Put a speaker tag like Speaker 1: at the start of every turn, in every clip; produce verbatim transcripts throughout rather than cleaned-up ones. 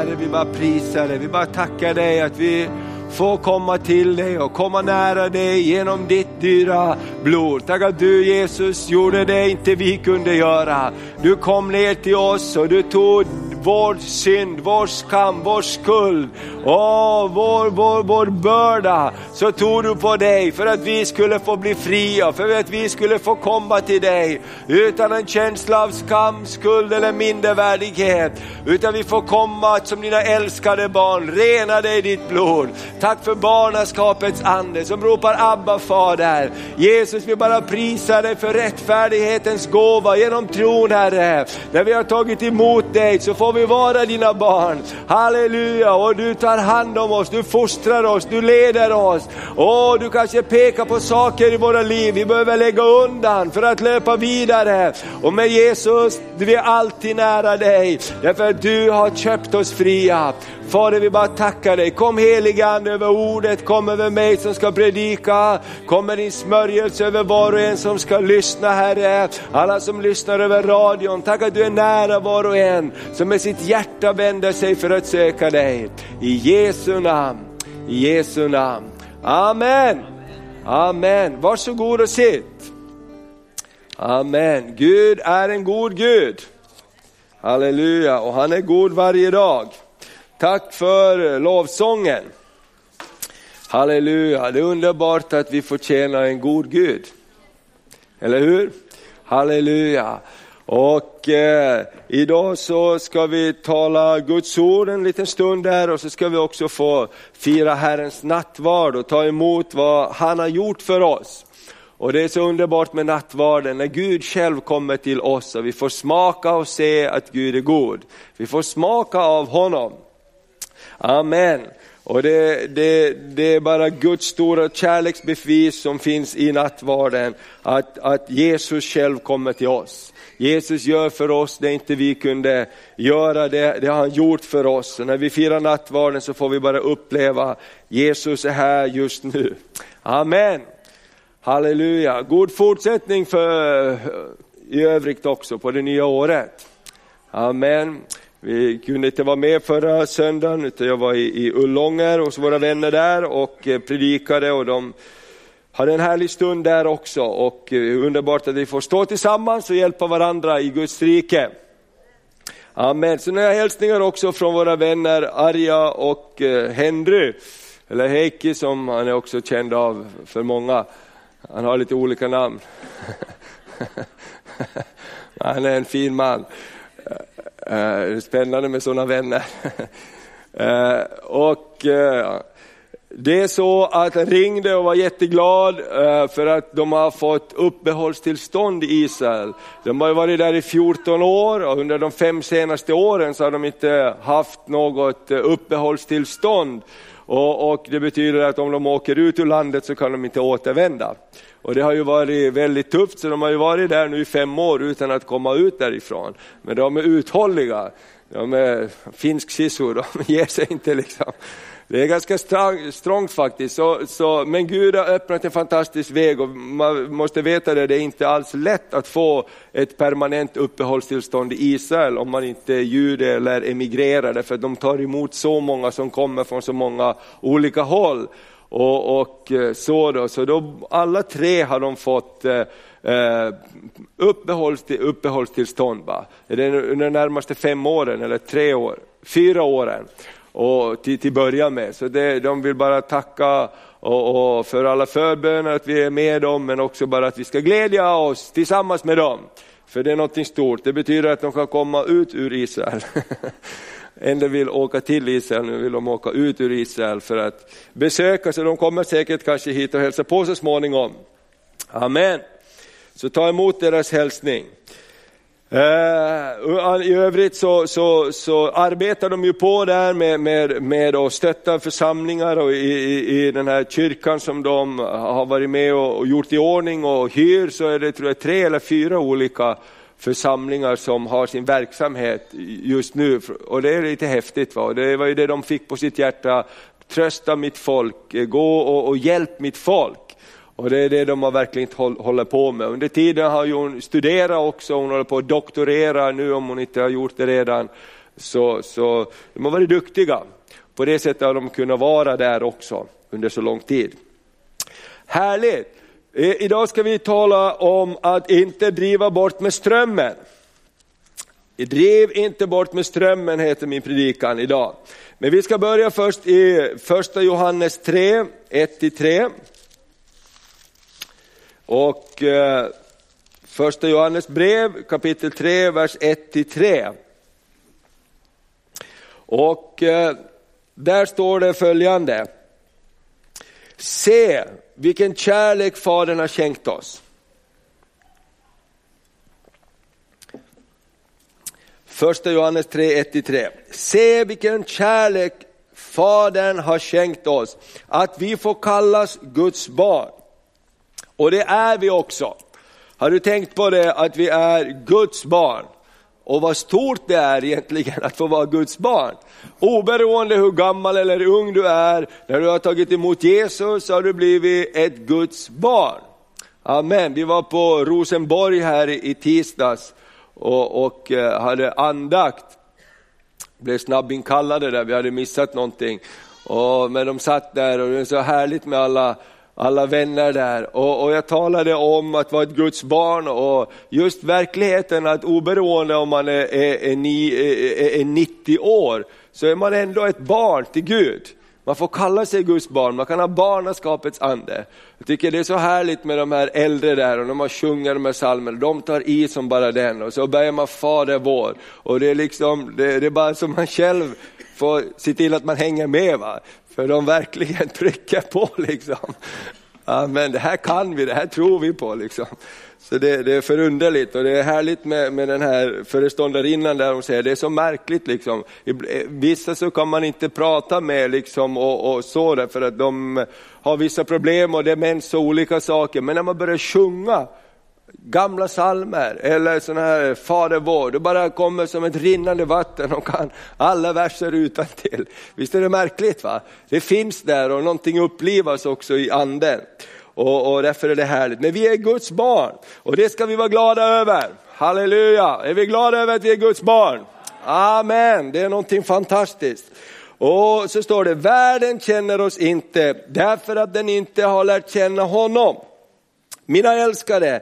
Speaker 1: Herre, vi bara prisar dig. Vi bara tackar dig att vi får komma till dig och komma nära dig genom ditt dyra blod. Tack att du, Jesus, gjorde det inte vi kunde göra. Du kom ner till oss och du tog vår synd, vår skam, vår skuld och vår, vår, vår börda. Så tog du på dig för att vi skulle få bli fria, för att vi skulle få komma till dig utan en känsla av skam, skuld eller mindervärdighet. Utan vi får komma som dina älskade barn, rena dig i ditt blod. Tack för barnaskapets ande som ropar Abba, Fader. Jesus, vi bara prisar dig för rättfärdighetens gåva genom tron, Herre. När vi har tagit emot dig så får vi vara dina barn. Halleluja. Och du tar hand om oss, du fostrar oss, du leder oss. Och du kanske pekar på saker i våra liv vi behöver lägga undan för att löpa vidare. Och med Jesus, vi är alltid nära dig. Därför att du har köpt oss fria. Fader, vi bara tackar dig. Kom heliga ande över ordet, kom över mig som ska predika. Kom med din smörjelse över var och en som ska lyssna, Herre. Alla som lyssnar över radion, tack att du är nära var och en som med sitt hjärta vänder sig för att söka dig. I Jesu namn, i Jesu namn. Amen. Amen. Varsågod och sitt. Amen. Gud är en god Gud. Halleluja. Och han är god varje dag. Tack för lovsången. Halleluja. Det är underbart att vi får tjäna en god Gud. Eller hur? Halleluja. Och eh, idag så ska vi tala Guds ord en liten stund där. Och så ska vi också få fira Herrens nattvard och ta emot vad han har gjort för oss. Och det är så underbart med nattvarden när Gud själv kommer till oss. Och vi får smaka och se att Gud är god. Vi får smaka av honom. Amen. Och det, det, det är bara Guds stora kärleksbevis som finns i nattvarden. Att, att Jesus själv kommer till oss. Jesus gör för oss det inte vi kunde göra, det, det har han gjort för oss. Och när vi firar nattvarden så får vi bara uppleva Jesus är här just nu. Amen. Halleluja. God fortsättning för i övrigt också på det nya året. Amen. Vi kunde inte vara med förra söndagen utan jag var i, i Ullånger hos våra vänner där och predikade och de hade en härlig stund där också. Och underbart att vi får stå tillsammans och hjälpa varandra i Guds rike. Amen. Så nu har jag hälsningar också från våra vänner Arja och Henry. Eller Heikki som han är också känd av för många. Han har lite olika namn. Han är en fin man. Det är spännande med sådana vänner. Och det är så att han ringde och var jätteglad för att de har fått uppehållstillstånd i Israel. De har varit där i fjorton år och under de fem senaste åren så har de inte haft något uppehållstillstånd. Och, och det betyder att om de åker ut ur landet så kan de inte återvända. Och det har ju varit väldigt tufft så de har ju varit där nu i fem år utan att komma ut därifrån. Men de är uthålliga. De är finsk sisor, de ger sig inte liksom. Det är ganska strångt faktiskt. Så, så, men Gud har öppnat en fantastisk väg och man måste veta det. Det är inte alls lätt att få ett permanent uppehållstillstånd i Israel om man inte är jude eller emigrerar. För de tar emot så många som kommer från så många olika håll. Och, och så då, så då alla tre har de fått eh, uppehållstill, uppehållstillstånd va? Det är under de närmaste fem åren eller tre år, fyra åren. Och till, till början med. Så det, de vill bara tacka och, och för alla förböner att vi är med dem. Men också bara att vi ska glädja oss tillsammans med dem. För det är något stort. Det betyder att de kan komma ut ur Israel. En del vill åka till Israel. Nu vill de åka ut ur Israel för att besöka. Så de kommer säkert kanske hit och hälsa på så småningom. Amen. Så ta emot deras hälsning. Uh, I övrigt så, så, så arbetar de ju på där med, med, med att stötta församlingar och i, i, i den här kyrkan som de har varit med och, och gjort i ordning och hyr, så är det tror jag tre eller fyra olika församlingar som har sin verksamhet just nu, och det är lite häftigt va? Det var ju det de fick på sitt hjärta, trösta mitt folk, gå och, och hjälp mitt folk. Och det är det de har verkligen håller på med. Under tiden har hon studerat också. Hon håller på att doktorera nu om hon inte har gjort det redan. Så, så de har varit duktiga. På det sättet har de kunnat vara där också under så lång tid. Härligt! Idag ska vi tala om att inte driva bort med strömmen. Driv inte bort med strömmen heter min predikan idag. Men vi ska börja först i första Johannes tre, ett till tre. Och eh, första Johannes brev kapitel tre, vers ett till tre. Och eh, där står det följande. Se vilken kärlek Fadern har skänkt oss. Första Johannes tre, ett till tre. Se vilken kärlek Fadern har skänkt oss. Att vi får kallas Guds barn. Och det är vi också. Har du tänkt på det att vi är Guds barn? Och vad stort det är egentligen att få vara Guds barn. Oberoende hur gammal eller ung du är. När du har tagit emot Jesus så har du blivit ett Guds barn. Amen. Vi var på Rosenborg här i tisdags. Och, och hade andakt. Blev snabbinkallade där. Vi hade missat någonting. Och, men de satt där och det är så härligt med alla... Alla vänner där och, och jag talade om att vara ett Guds barn och just verkligheten att oberoende om man är, är, är, är, är nittio år så är man ändå ett barn till Gud. Man får kalla sig Guds barn, man kan ha barnaskapets ande. Jag tycker det är så härligt med de här äldre där och de har sjungat de här psalmerna. De tar i som bara den och så börjar man Fader vår. Och det är liksom, det, det är bara som man själv får se till att man hänger med va. För de verkligen trycker på liksom. Ja, men det här kan vi, det här tror vi på liksom. Så det, det är förunderligt och det är härligt med, med den här föreståndarinnan där hon säger det är så märkligt liksom. Vissa så kan man inte prata med liksom och, och så där för att de har vissa problem och demens och olika saker. Men när man börjar sjunga gamla salmer eller sån här Fader vår, det bara kommer som ett rinnande vatten och kan alla verser utan till. Visst är det märkligt va? Det finns där och någonting upplivas också i anden. Och, och därför är det härligt. Men vi är Guds barn och det ska vi vara glada över. Halleluja! Är vi glada över att vi är Guds barn? Amen! Det är någonting fantastiskt. Och så står det, världen känner oss inte därför att den inte har lärt känna honom. Mina älskade,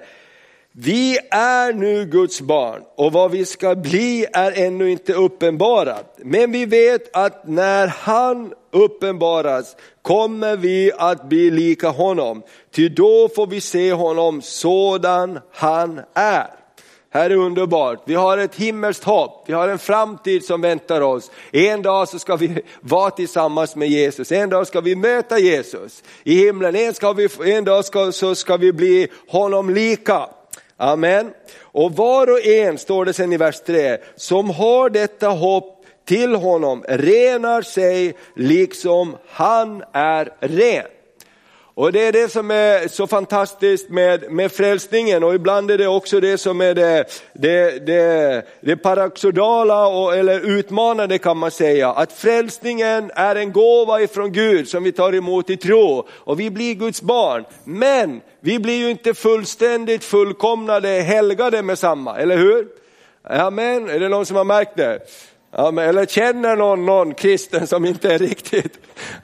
Speaker 1: vi är nu Guds barn och vad vi ska bli är ännu inte uppenbarat. Men vi vet att när han uppenbaras kommer vi att bli lika honom. Ty då får vi se honom sådan han är. Här är underbart. Vi har ett himmelskt hopp. Vi har en framtid som väntar oss. En dag så ska vi vara tillsammans med Jesus. En dag ska vi möta Jesus i himlen. En, ska vi, en dag ska, så ska vi bli honom lika. Amen. Och var och en, står det sen i vers tre, som har detta hopp till honom renar sig liksom han är ren. Och det är det som är så fantastiskt med, med frälsningen och ibland är det också det som är det, det, det, det paradoxala och, eller utmanande kan man säga. Att frälsningen är en gåva ifrån Gud som vi tar emot i tro och vi blir Guds barn. Men vi blir ju inte fullständigt fullkomnade, helgade med samma, eller hur? Amen, är det någon som har märkt det? Ja, men, eller känner någon, någon kristen som inte är riktigt,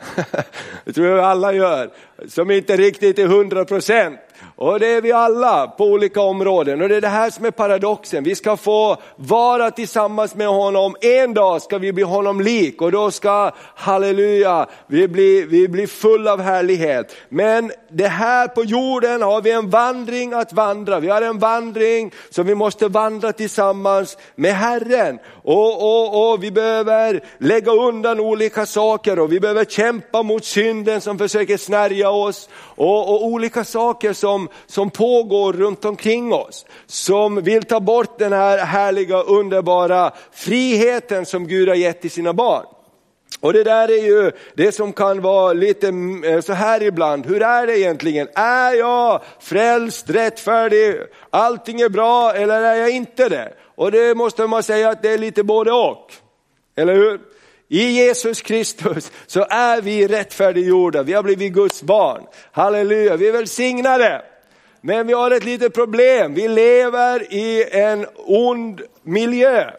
Speaker 1: det tror jag alla gör, som inte riktigt är hundra procent. Och det är vi alla på olika områden. Och det är det här som är paradoxen. Vi ska få vara tillsammans med honom. En dag ska vi bli honom lik. Och då ska, halleluja, vi blir, vi blir full av härlighet. Men det här på jorden har vi en vandring att vandra. Vi har en vandring som vi måste vandra tillsammans med Herren. Och, och, och vi behöver lägga undan olika saker. Och vi behöver kämpa mot synden som försöker snärja oss. Och, och olika saker som, som pågår runt omkring oss. Som vill ta bort den här härliga, underbara friheten som Gud har gett till sina barn. Och det där är ju det som kan vara lite så här ibland. Hur är det egentligen? Är jag frälst, rättfärdig? Allting är bra eller är jag inte det? Och det måste man säga att det är lite både och. Eller hur? I Jesus Kristus så är vi rättfärdiggjorda. Vi har blivit Guds barn. Halleluja, vi är välsignade. Men vi har ett litet problem. Vi lever i en ond miljö.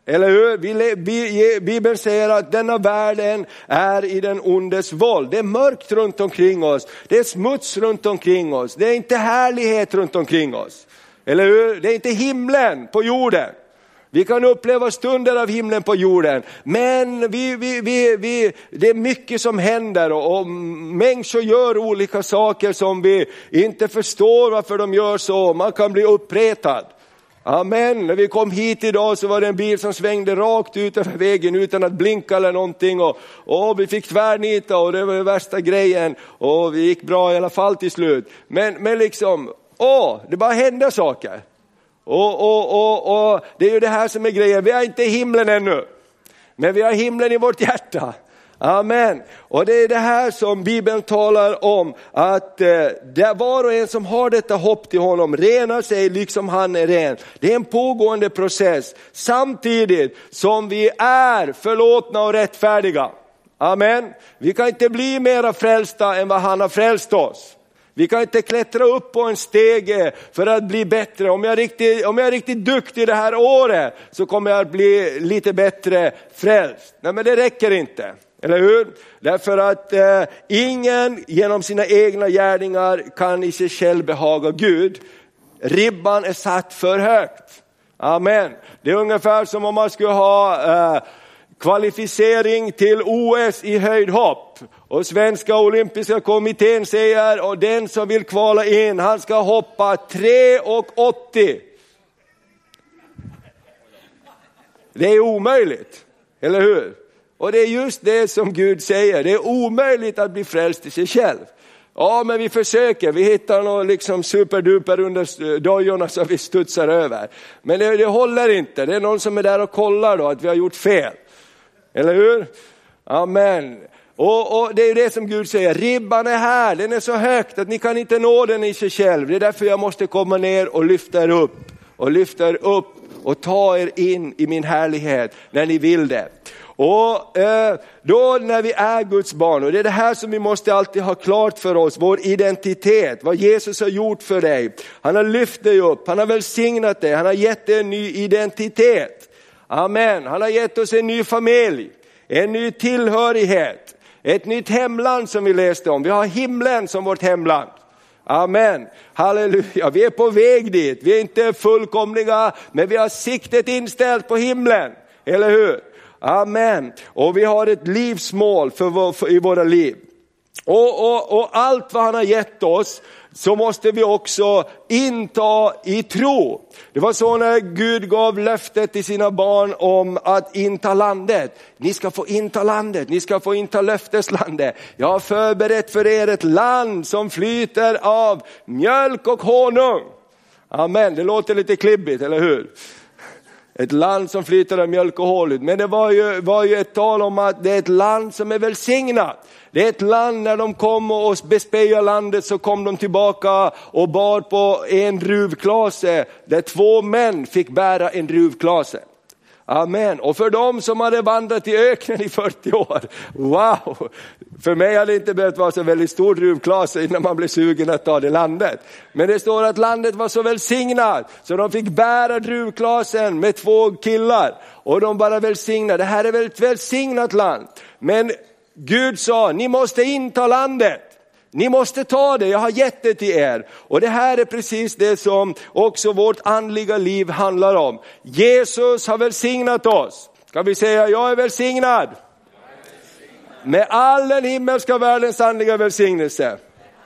Speaker 1: Eller hur? Vi, vi, Bibeln säger att denna världen är i den ondes våld. Det är mörkt runt omkring oss. Det är smuts runt omkring oss. Det är inte härlighet runt omkring oss. Eller hur? Det är inte himlen på jorden. Vi kan uppleva stunder av himlen på jorden. Men vi, vi, vi, vi, det är mycket som händer. Och, och människor gör olika saker som vi inte förstår varför de gör så. Man kan bli uppretad. Amen. När vi kom hit idag så var det en bil som svängde rakt ut över vägen utan att blinka eller någonting. Och, och vi fick tvärnita och det var den värsta grejen. Och vi gick bra i alla fall till slut. Men, men liksom, åh, det bara hände saker. Och, och, och, och det är ju det här som är grejen. Vi har inte himlen ännu. Men vi har himlen i vårt hjärta. Amen. Och det är det här som Bibeln talar om. Att eh, det var och en som har detta hopp till honom renar sig liksom han är ren. Det är en pågående process. Samtidigt som vi är förlåtna och rättfärdiga. Amen. Vi kan inte bli mera frälsta än vad han har frälst oss. Vi kan inte klättra upp på en stege för att bli bättre. Om jag är riktigt, om jag är riktigt duktig det här året så kommer jag att bli lite bättre frälst. Nej, men det räcker inte. Eller hur? Därför att eh, ingen genom sina egna gärningar kan i sig själv behaga Gud. Ribban är satt för högt. Amen. Det är ungefär som om man skulle ha eh, kvalificering till O S i höjdhopp. Och svenska olympiska kommittén säger och den som vill kvala in, han ska hoppa tre åttio. Det är omöjligt, eller hur? Och det är just det som Gud säger. Det är omöjligt att bli frälst i sig själv. Ja, men vi försöker. Vi hittar något liksom superduper under dojorna så vi studsar över. Men det, det håller inte. Det är någon som är där och kollar då att vi har gjort fel. Eller hur? Amen. Och, och det är det som Gud säger. Ribban är här. Den är så högt att ni kan inte nå den i sig själv. Det är därför jag måste komma ner och lyfta er upp. Och lyfta er upp och ta er in i min härlighet när ni vill det. Och eh, då när vi är Guds barn, och det är det här som vi måste alltid ha klart för oss, vår identitet, vad Jesus har gjort för dig. Han har lyft dig upp, han har välsignat dig, han har gett dig en ny identitet. Amen, han har gett oss en ny familj, en ny tillhörighet, ett nytt hemland som vi läste om. Vi har himlen som vårt hemland. Amen, halleluja, vi är på väg dit, vi är inte fullkomliga, men vi har siktet inställt på himlen, eller hur? Amen. Och vi har ett livsmål för, vår, för i våra liv. Och, och, och allt vad han har gett oss så måste vi också inta i tro. Det var så när Gud gav löftet till sina barn om att inta landet. Ni ska få inta landet, ni ska få inta löfteslandet. Jag har förberett för er ett land som flyter av mjölk och honung. Amen, det låter lite klibbigt, eller hur? Ett land som flyter av mjölk och honung. Men det var ju, var ju ett tal om att det är ett land som är välsignat. Det är ett land när de kom och bespeja landet så kom de tillbaka och bar på en ruvklase. Där två män fick bära en ruvklase. Amen. Och för dem som hade vandrat i öknen i fyrtio år. Wow. För mig hade det inte behövt vara så väldigt stor ruvklase innan man blev sugen att ta det landet. Men det står att landet var så välsignat. Så de fick bära ruvklasen med två killar. Och de bara välsignade. Det här är väl ett välsignat land. Men Gud sa, ni måste inta landet. Ni måste ta det, jag har gett det till er. Och det här är precis det som också vårt andliga liv handlar om. Jesus har välsignat oss. Ska vi säga, jag är välsignad. Med all den himmelska världens andliga välsignelse.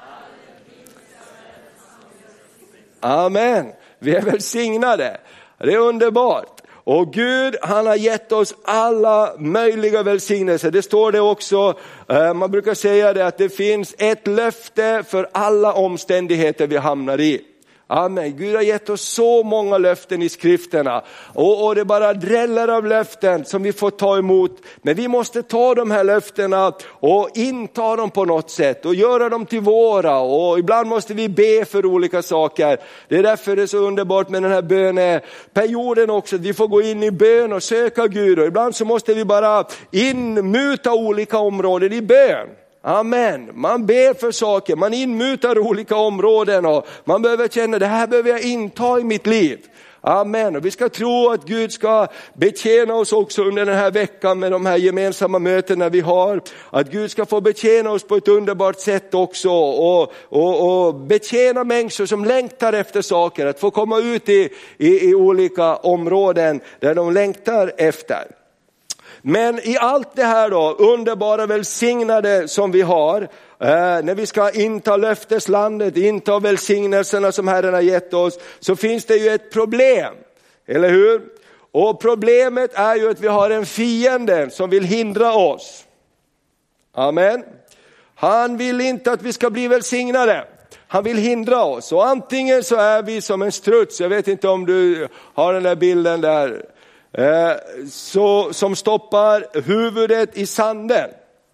Speaker 1: Amen. Vi är välsignade. Det är underbart. Och Gud, han har gett oss alla möjliga välsignelser. Det står det också, man brukar säga det, att det finns ett löfte för alla omständigheter vi hamnar i. Amen. Gud har gett oss så många löften i skrifterna. Och, och det bara dräller av löften som vi får ta emot. Men vi måste ta de här löftena och inta dem på något sätt. Och göra dem till våra. Och ibland måste vi be för olika saker. Det är därför det är så underbart med den här böneperioden också. Vi får gå in i bön och söka Gud. Och ibland så måste vi bara inmuta olika områden i bön. Amen. Man ber för saker, man inmutar olika områden och man behöver känna, det här behöver jag inta i mitt liv. Amen. Och vi ska tro att Gud ska betjäna oss också under den här veckan med de här gemensamma mötena vi har. Att Gud ska få betjäna oss på ett underbart sätt också. Och, och, och betjäna människor som längtar efter saker. Att få komma ut i, i, i olika områden där de längtar efter. Men i allt det här då, underbara välsignade som vi har, eh, när vi ska inta löfteslandet, inta välsignelserna som Herren har gett oss, så finns det ju ett problem, eller hur? Och problemet är ju att vi har en fiende som vill hindra oss. Amen. Han vill inte att vi ska bli välsignade. Han vill hindra oss. Och antingen så är vi som en struts, jag vet inte om du har den där bilden där, Eh, så, som stoppar huvudet i sanden.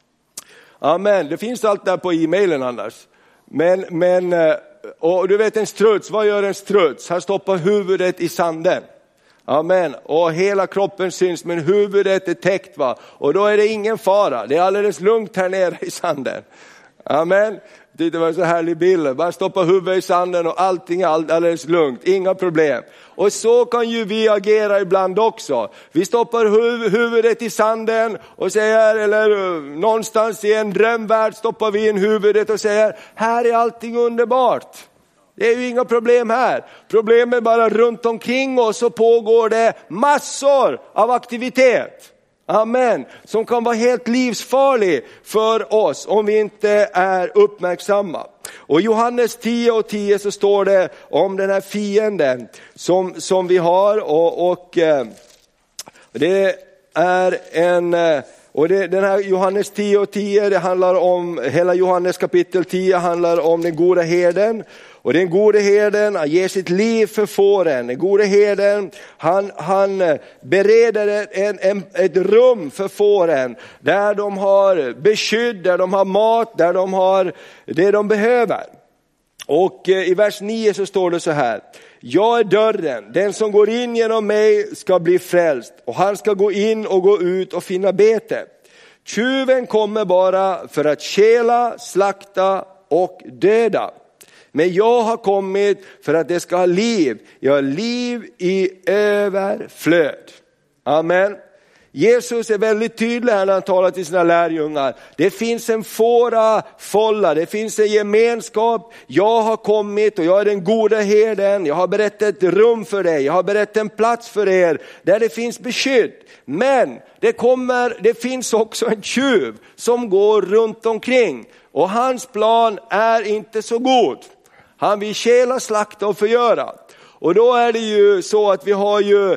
Speaker 1: Amen. Det finns allt där på e-mailen annars. Men, men eh, och du vet en struts, vad gör en struts? Han stoppar huvudet i sanden. Amen. Och hela kroppen syns, men huvudet är täckt, va? Och då är det ingen fara. Det är alldeles lugnt här nere i sanden. Amen. Det var en så härlig bild. Bara stoppa huvudet i sanden och allting är alldeles lugnt. Inga problem. Och så kan ju vi agera ibland också. Vi stoppar huv- huvudet i sanden och säger, eller någonstans i en drömvärld stoppar vi in huvudet och säger, här är allting underbart. Det är ju inga problem här. Problemet är bara runt omkring oss så pågår det massor av aktivitet. Amen. Som kan vara helt livsfarlig för oss om vi inte är uppmärksamma. Och i Johannes tio och tio så står det om den här fienden som, som vi har. Och, och det är en... Och det, den här Johannes tio och tio, det handlar om, hela Johannes kapitel tio handlar om den goda herden. Och den gode herden, han ger sitt liv för fåren. Den gode herden, han, han bereder en, en, ett rum för fåren. Där de har beskydd, där de har mat, där de har det de behöver. Och i vers nio så står det så här. Jag är dörren, den som går in genom mig ska bli frälst. Och han ska gå in och gå ut och finna bete. Tjuven kommer bara för att stjäla, slakta och döda. Men jag har kommit för att det ska ha liv. Jag har liv i överflöd. Amen. Jesus är väldigt tydlig här när han talar till sina lärjungar. Det finns en fåra folla, det finns en gemenskap. Jag har kommit och jag är den goda herden. Jag har berättat ett rum för dig. Jag har berättat en plats för er där det finns beskydd. Men det, kommer, det finns också en tjuv som går runt omkring. Och hans plan är inte så god. Han vill stjäla, slakta och förgöra. Och då är det ju så att vi har ju...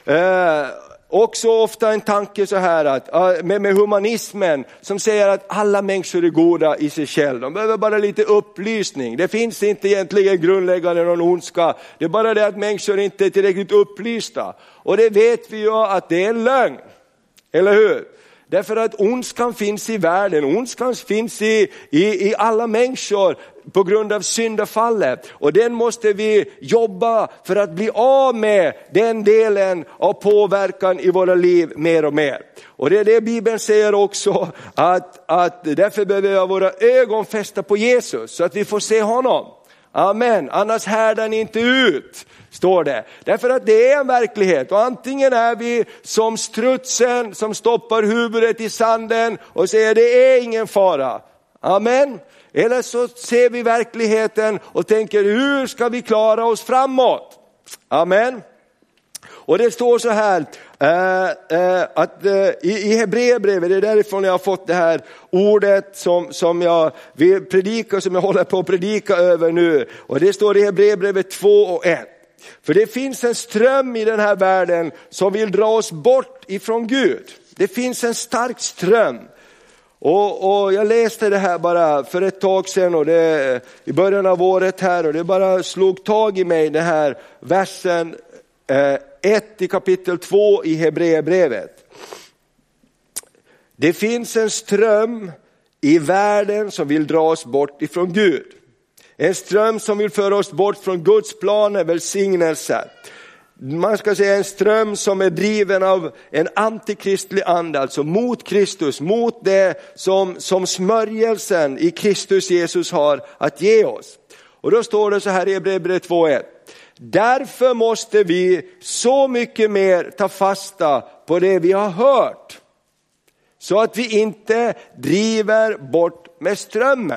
Speaker 1: Eh, Också ofta en tanke så här att med, med humanismen som säger att alla människor är goda i sig själva. De behöver bara lite upplysning. Det finns inte egentligen grundläggande någon ondska. Det är bara det att människor inte är tillräckligt upplysta. Och det vet vi ju att det är en lögn. Eller hur? Därför att ondskan finns i världen. Ondskan finns i, i, i alla människor på grund av syndafallet. Och den måste vi jobba för att bli av med den delen av påverkan i våra liv mer och mer. Och det är det Bibeln säger också. Att, att därför behöver vi ha våra ögon fästa på Jesus. Så att vi får se honom. Amen. Annars härdar ni inte ut, står det. Därför att det är en verklighet. Och antingen är vi som strutsen som stoppar huvudet i sanden och säger det är ingen fara. Amen. Eller så ser vi verkligheten och tänker hur ska vi klara oss framåt? Amen. Och det står så här äh, äh, att äh, i, i Hebreerbrevet, det är därifrån jag har fått det här ordet som, som jag vill predika, som jag håller på att predika över nu. Och det står i Hebreerbrevet två och ett. För det finns en ström i den här världen som vill dra oss bort ifrån Gud. Det finns en stark ström. Och, och jag läste det här bara för ett tag sedan och det, i början av året här, och det bara slog tag i mig, den här versen eh, ett i kapitel två i Hebreerbrevet. Det finns en ström i världen som vill dra oss bort ifrån Gud. En ström som vill föra oss bort från Guds planer, välsignelser. Man ska säga en ström som är driven av en antikristlig ande, alltså mot Kristus, mot det som, som smörjelsen i Kristus Jesus har att ge oss. Och då står det så här i Hebreerbrevet två ett. Därför måste vi så mycket mer ta fasta på det vi har hört. Så att vi inte driver bort med strömmen.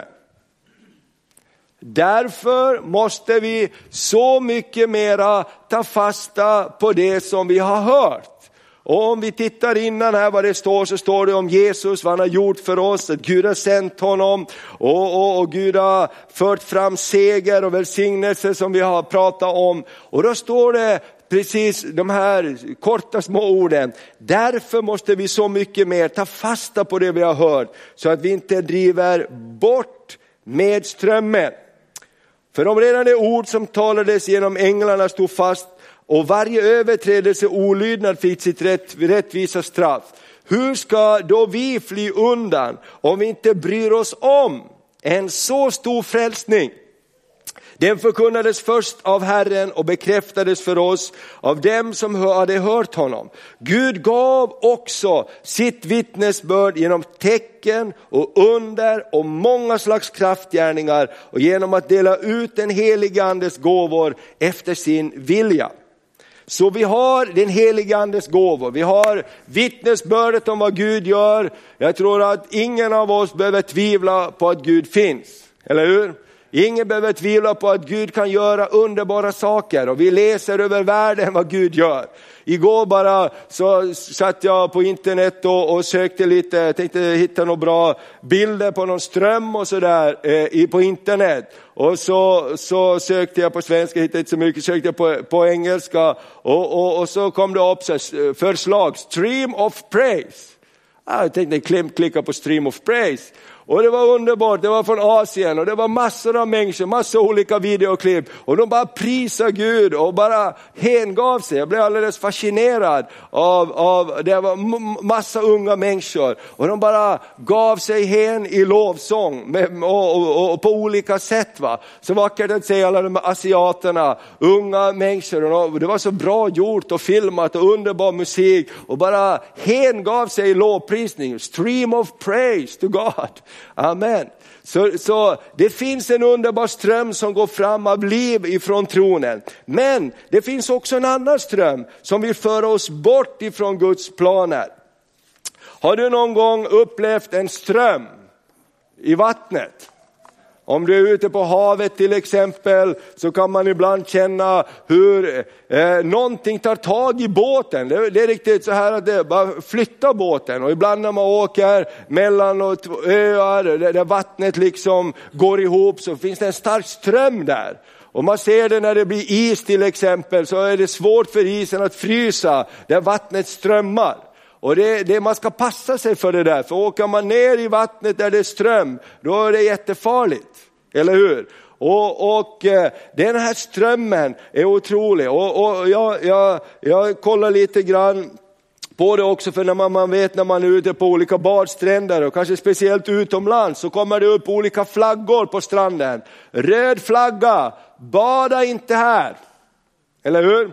Speaker 1: Därför måste vi så mycket mera ta fasta på det som vi har hört. Och om vi tittar innan här vad det står, så står det om Jesus, vad han har gjort för oss, att Gud har sänt honom och, och, och Gud har fört fram seger och välsignelse som vi har pratat om. Och då står det precis de här korta små orden. Därför måste vi så mycket mer ta fasta på det vi har hört, så att vi inte driver bort med strömmen. För om redan det ord som talades genom änglarna stod fast, och varje överträdelse olydnad fick sitt rätt, rättvisa straff, hur ska då vi fly undan om vi inte bryr oss om en så stor frälsning? Den förkunnades först av Herren och bekräftades för oss av dem som hade hört honom. Gud gav också sitt vittnesbörd genom tecken och under och många slags kraftgärningar, och genom att dela ut den helige andes gåvor efter sin vilja. Så vi har den helige andes gåvor. Vi har vittnesbördet om vad Gud gör. Jag tror att ingen av oss behöver tvivla på att Gud finns. Eller hur? Ingen behöver tvivla på att Gud kan göra underbara saker. Och vi läser över världen vad Gud gör. Igår bara så satt jag på internet och, och sökte lite. Jag tänkte hitta några bra bilder på någon ström och sådär eh, på internet. Och så, så sökte jag på svenska, hittade inte så mycket, sökte jag på, på engelska. Och, och, och så kom det upp så förslag, stream of praise. Ah, jag tänkte klicka på stream of praise. Och det var underbart, det var från Asien och det var massor av människor, massor av olika videoklipp. Och de bara prisade Gud och bara hängav sig. Jag blev alldeles fascinerad av, av det var massa unga människor. Och de bara gav sig hen i lovsång med, och, och, och på olika sätt. Va? Så vackert att se alla de asiaterna, unga människor. Och det var så bra gjort och filmat och underbar musik. Och bara hängav sig i lovprisning. Stream of praise to God. Amen. Så, så det finns en underbar ström som går fram av liv ifrån tronen. Men det finns också en annan ström som vill föra oss bort ifrån Guds planer. Har du någon gång upplevt en ström i vattnet? Om du är ute på havet till exempel, så kan man ibland känna hur eh, någonting tar tag i båten. Det, det är riktigt så här att det bara flyttar båten. Och ibland när man åker mellan och öar där, där vattnet liksom går ihop, så finns det en stark ström där. Och man ser det när det blir is till exempel, så är det svårt för isen att frysa där vattnet strömmar. Och det, det, man ska passa sig för det där. För åker man ner i vattnet där det är ström, då är det jättefarligt. Eller hur? Och, och den här strömmen är otrolig. Och, och jag, jag, jag kollar lite grann på det också, för när man, man vet när man är ute på olika badstränder och kanske speciellt utomlands, så kommer det upp olika flaggor på stranden. Röd flagga, bada inte här. Eller hur?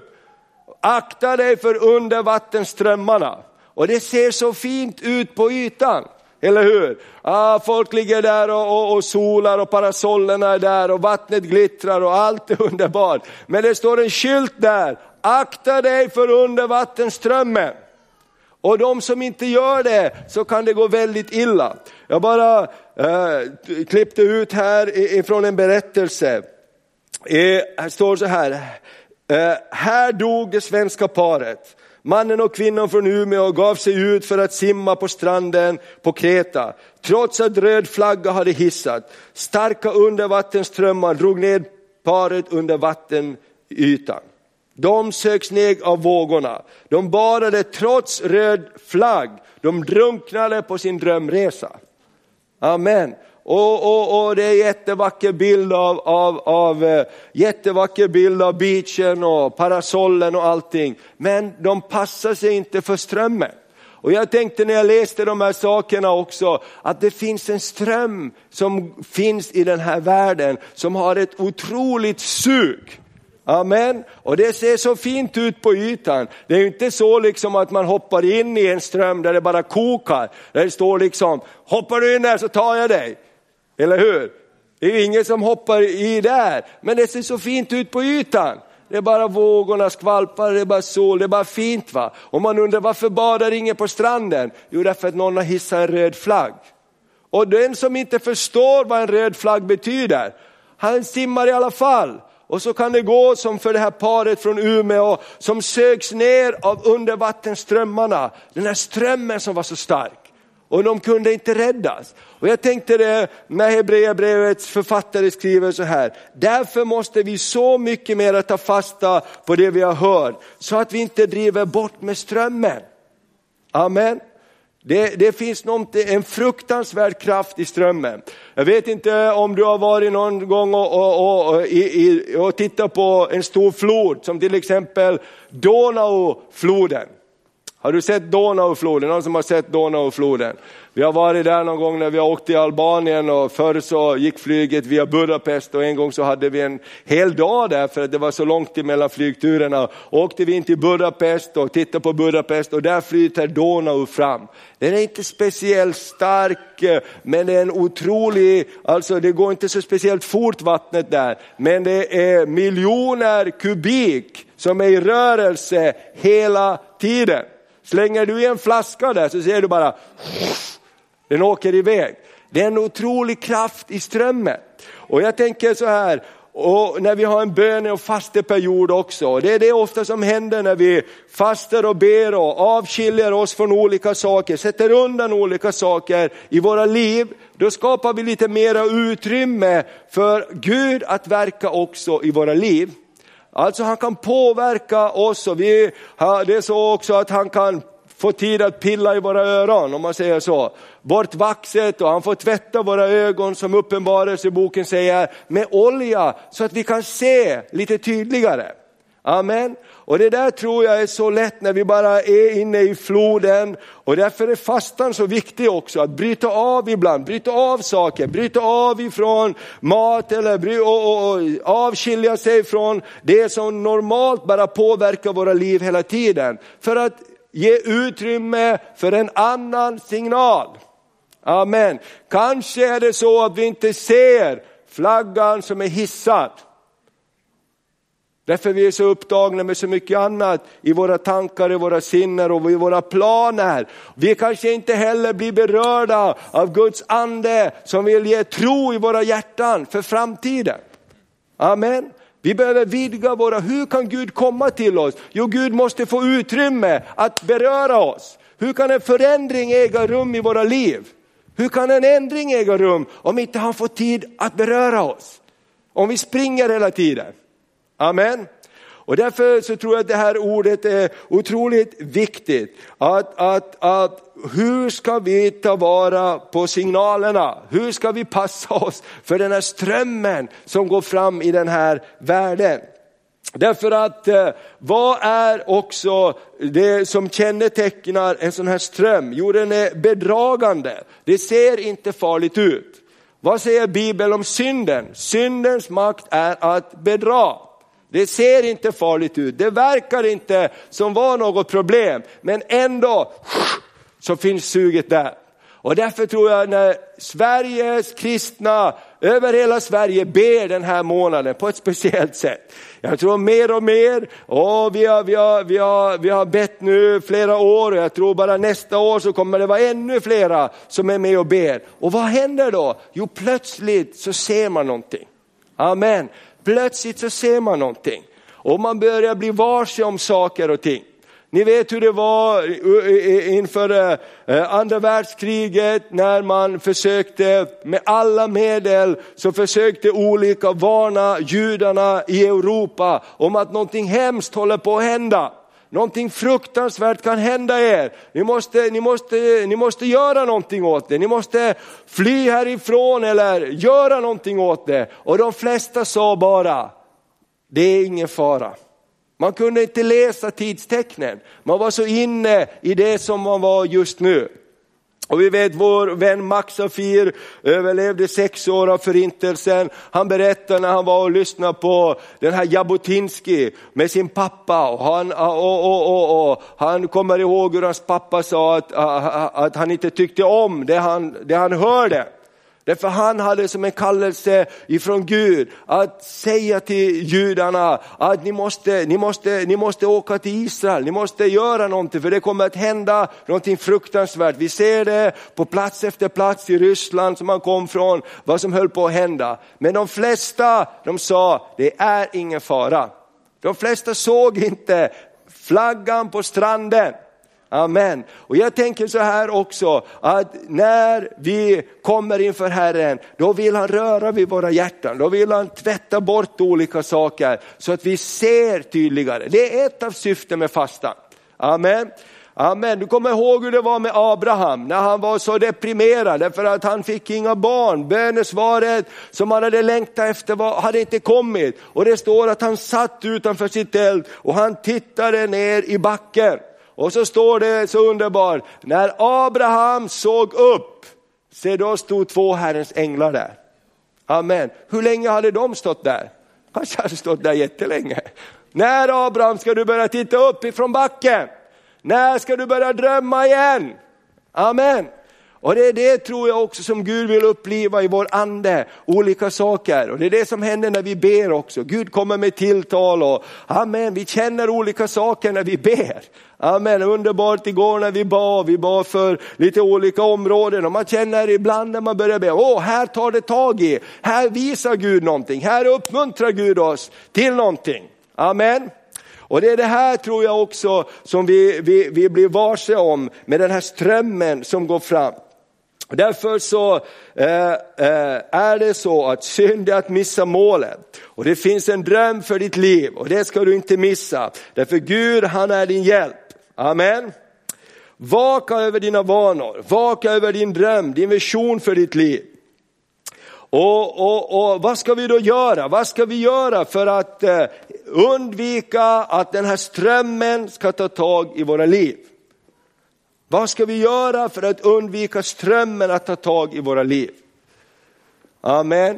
Speaker 1: Akta dig för undervattenströmmarna. Och det ser så fint ut på ytan, eller hur? Ah, folk ligger där och, och, och solar och parasollerna är där och vattnet glittrar och allt är underbart. Men det står en skylt där, akta dig för undervattenströmmen. Och de som inte gör det, så kan det gå väldigt illa. Jag bara eh, klippte ut här ifrån en berättelse. Eh, här står så här, eh, här dog det svenska paret. Mannen och kvinnan från Umeå gav sig ut för att simma på stranden på Kreta. Trots att röd flagga hade hissat. Starka undervattenströmmar drog ned paret under vattenytan. De söks ner av vågorna. De badade trots röd flagg. De drunknade på sin drömresa. Amen. Och, och, och det är jättevacker bild av, av, av, jättevacker bild av beachen och parasollen och allting. Men de passar sig inte för strömmen. Och jag tänkte när jag läste de här sakerna också, att det finns en ström som finns i den här världen som har ett otroligt sug. Amen. Och det ser så fint ut på ytan. Det är ju inte så liksom att man hoppar in i en ström där det bara kokar. Där det står liksom, hoppar du in där så tar jag dig. Eller hur? Det är ju ingen som hoppar i där. Men det ser så fint ut på ytan. Det är bara vågorna skvalpar, det är bara sol, det är bara fint va. Och man undrar varför badar ingen på stranden? Jo, därför att någon har hissat en röd flagg. Och den som inte förstår vad en röd flagg betyder, han simmar i alla fall. Och så kan det gå som för det här paret från Umeå som sögs ner av undervattenströmmarna. Den här strömmen som var så stark. Och de kunde inte räddas. Och jag tänkte det när Hebreerbrevets författare skriver så här. Därför måste vi så mycket mer ta fasta på det vi har hört. Så att vi inte driver bort med strömmen. Amen. Det, det finns något, en fruktansvärd kraft i strömmen. Jag vet inte om du har varit någon gång och, och, och, och, och tittat på en stor flod. Som till exempel Donaufloden. Har du sett Donaufloden? Någon som har sett Donaufloden? Vi har varit där någon gång när vi har åkt till Albanien och förr så gick flyget via Budapest och en gång så hade vi en hel dag där för att det var så långt emellan flygturerna. Åkte vi in till Budapest och tittade på Budapest och där flyter Donau fram. Den är inte speciellt stark men det är en otrolig, alltså det går inte så speciellt fort vattnet där. Men det är miljoner kubik som är i rörelse hela tiden. Slänger du i en flaska där så ser du bara den åker iväg. Det är en otrolig kraft i strömmen. Och jag tänker så här, och när vi har en bön- och fasteperiod också. Det är det ofta som händer när vi fastar och ber och avskiljer oss från olika saker. Sätter undan olika saker i våra liv. Då skapar vi lite mera utrymme för Gud att verka också i våra liv. Alltså han kan påverka oss och vi, det är så också att han kan få tid att pilla i våra öron om man säger så. Bort vaxet och han får tvätta våra ögon som Uppenbarelseboken säger med olja så att vi kan se lite tydligare. Amen. Och det där tror jag är så lätt när vi bara är inne i floden. Och därför är fastan så viktig också. Att bryta av ibland, bryta av saker. Bryta av ifrån mat eller bry- och, och, och avskilja sig från det som normalt bara påverkar våra liv hela tiden. För att ge utrymme för en annan signal. Amen. Kanske är det så att vi inte ser flaggan som är hissad. Därför vi är så upptagna med så mycket annat i våra tankar, i våra sinnen och i våra planer. Vi kanske inte heller blir berörda av Guds ande som vill ge tro i våra hjärtan för framtiden. Amen. Vi behöver vidga våra, hur kan Gud komma till oss? Jo, Gud måste få utrymme att beröra oss. Hur kan en förändring äga rum i våra liv? Hur kan en ändring äga rum om inte han får tid att beröra oss? Om vi springer hela tiden. Amen. Och därför så tror jag att det här ordet är otroligt viktigt. Att, att, att hur ska vi ta vara på signalerna? Hur ska vi passa oss för den här strömmen som går fram i den här världen? Därför att eh, vad är också det som kännetecknar en sån här ström? Jo, den är bedragande. Det ser inte farligt ut. Vad säger Bibeln om synden? Syndens makt är att bedra. Det ser inte farligt ut. Det verkar inte som var något problem. Men ändå så finns suget där. Och därför tror jag när Sveriges kristna över hela Sverige ber den här månaden på ett speciellt sätt. Jag tror mer och mer, och vi har, vi har, vi har, vi har bett nu flera år och jag tror bara nästa år så kommer det vara ännu flera som är med och ber. Och vad händer då? Jo, plötsligt så ser man någonting. Amen. Plötsligt så ser man någonting. Och man börjar bli varse om saker och ting. Ni vet hur det var inför andra världskriget när man försökte med alla medel så försökte olika varna judarna i Europa om att någonting hemskt håller på att hända. Någonting fruktansvärt kan hända er. Ni måste, ni måste, ni måste göra någonting åt det. Ni måste fly härifrån eller göra någonting åt det. Och de flesta sa bara, det är ingen fara. Man kunde inte läsa tidstecknen. Man var så inne i det som man var just nu. Och vi vet vår vän Max Safir överlevde sex år av förintelsen. Han berättade när han var och lyssnade på den här Jabotinsky med sin pappa. Och han, och, och, och, och, han kommer ihåg hur hans pappa sa att, att han inte tyckte om det han, det han hörde. Därför han hade som en kallelse ifrån Gud att säga till judarna att ni måste, ni måste, ni måste åka till Israel. Ni måste göra någonting, för det kommer att hända någonting fruktansvärt. Vi ser det på plats efter plats i Ryssland som man kom från, vad som höll på att hända. Men de flesta, de sa, det är ingen fara. De flesta såg inte flaggan på stranden. Amen. Och jag tänker så här också, att när vi kommer inför Herren, då vill han röra vid våra hjärtan. Då vill han tvätta bort olika saker så att vi ser tydligare. Det är ett av syften med fastan. Amen. Amen. Du kommer ihåg hur det var med Abraham när han var så deprimerad därför att han fick inga barn. Bönesvaret som han hade längtat efter var, hade inte kommit. Och det står att han satt utanför sitt tält och han tittade ner i backen. Och så står det så underbart, när Abraham såg upp, se då stod två Herrens änglar där. Amen. Hur länge hade de stått där? Kanske hade stått där jättelänge. När Abraham ska du börja titta upp ifrån backen? När ska du börja drömma igen? Amen. Och det är det, tror jag också, som Gud vill uppleva i vår ande. Olika saker. Och det är det som händer när vi ber också. Gud kommer med tilltal. Och amen. Vi känner olika saker när vi ber. Amen. Underbart igår när vi bad. Vi bad för lite olika områden. Och man känner ibland när man börjar be. Åh, här tar det tag i. Här visar Gud någonting. Här uppmuntrar Gud oss till någonting. Amen. Och det är det här, tror jag också, som vi, vi, vi blir varse om med den här strömmen som går fram. Därför så eh, eh, är det så att synd är att missa målet. Och det finns en dröm för ditt liv och det ska du inte missa. Därför Gud, han är din hjälp. Amen. Vaka över dina vanor. Vaka över din dröm, din vision för ditt liv. Och, och, och vad ska vi då göra? Vad ska vi göra för att eh, undvika att den här strömmen ska ta tag i våra liv? Vad ska vi göra för att undvika strömmen att ta tag i våra liv? Amen.